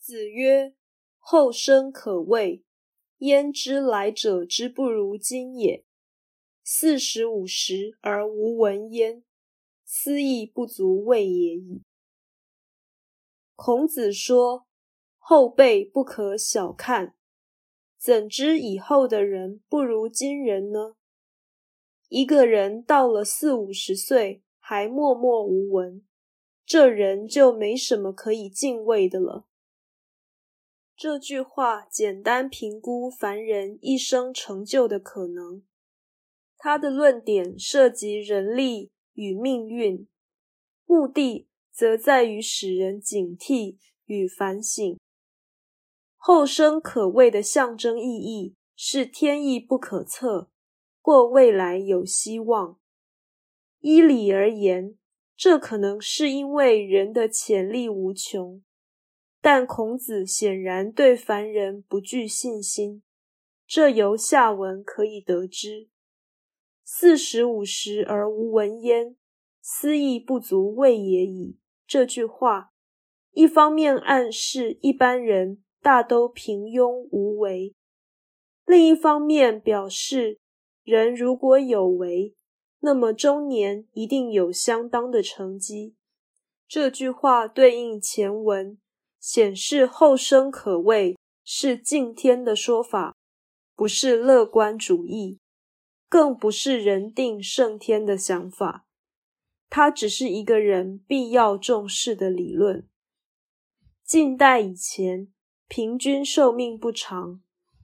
子曰：后生可畏，焉知来者之不如今也？40、50而无闻焉，斯亦不足畏也已。孔子说，后辈不可小看，怎知以后的人不如今人呢？一个人到了40、50岁还默默无闻，这人就没什么可以敬畏的了。这句话简单评估凡人一生成就的可能，他的论点涉及人力与命运，目的则在于使人警惕与反省。后生可畏的象征意义是天意不可测，或未来有希望。依理而言，这可能是因为人的潜力无穷，但孔子显然对凡人不具信心，这由下文可以得知。40、50而无闻焉，斯亦不足畏也已。这句话一方面暗示一般人大都平庸无为，另一方面表示人如果有为，那么中年一定有相当的成绩。这句话对应前文，显示后生可畏是敬天的说法，不是乐观主义，更不是人定胜天的想法，它只是一个人必要重视的理论。近代以前，平均寿命不长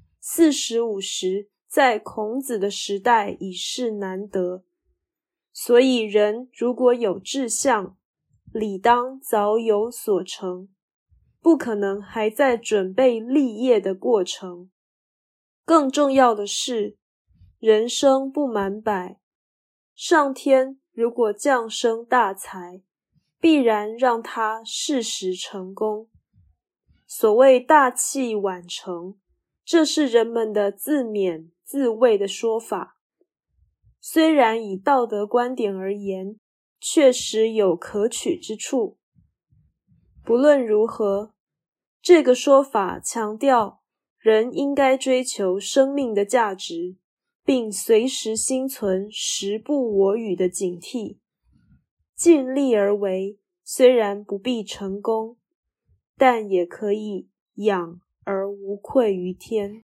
，40、50在孔子的时代已是难得，所以人如果有志向，理当早有所成，不可能还在准备立业的过程。更重要的是，人生不满百，上天如果降生大才，必然让他适时成功。所谓大器晚成，这是人们的自勉自慰的说法。虽然以道德观点而言，确实有可取之处。不论如何，这个说法强调人应该追求生命的价值，并随时心存时不我与的警惕。尽力而为，虽然不必成功，但也可以养而无愧于天。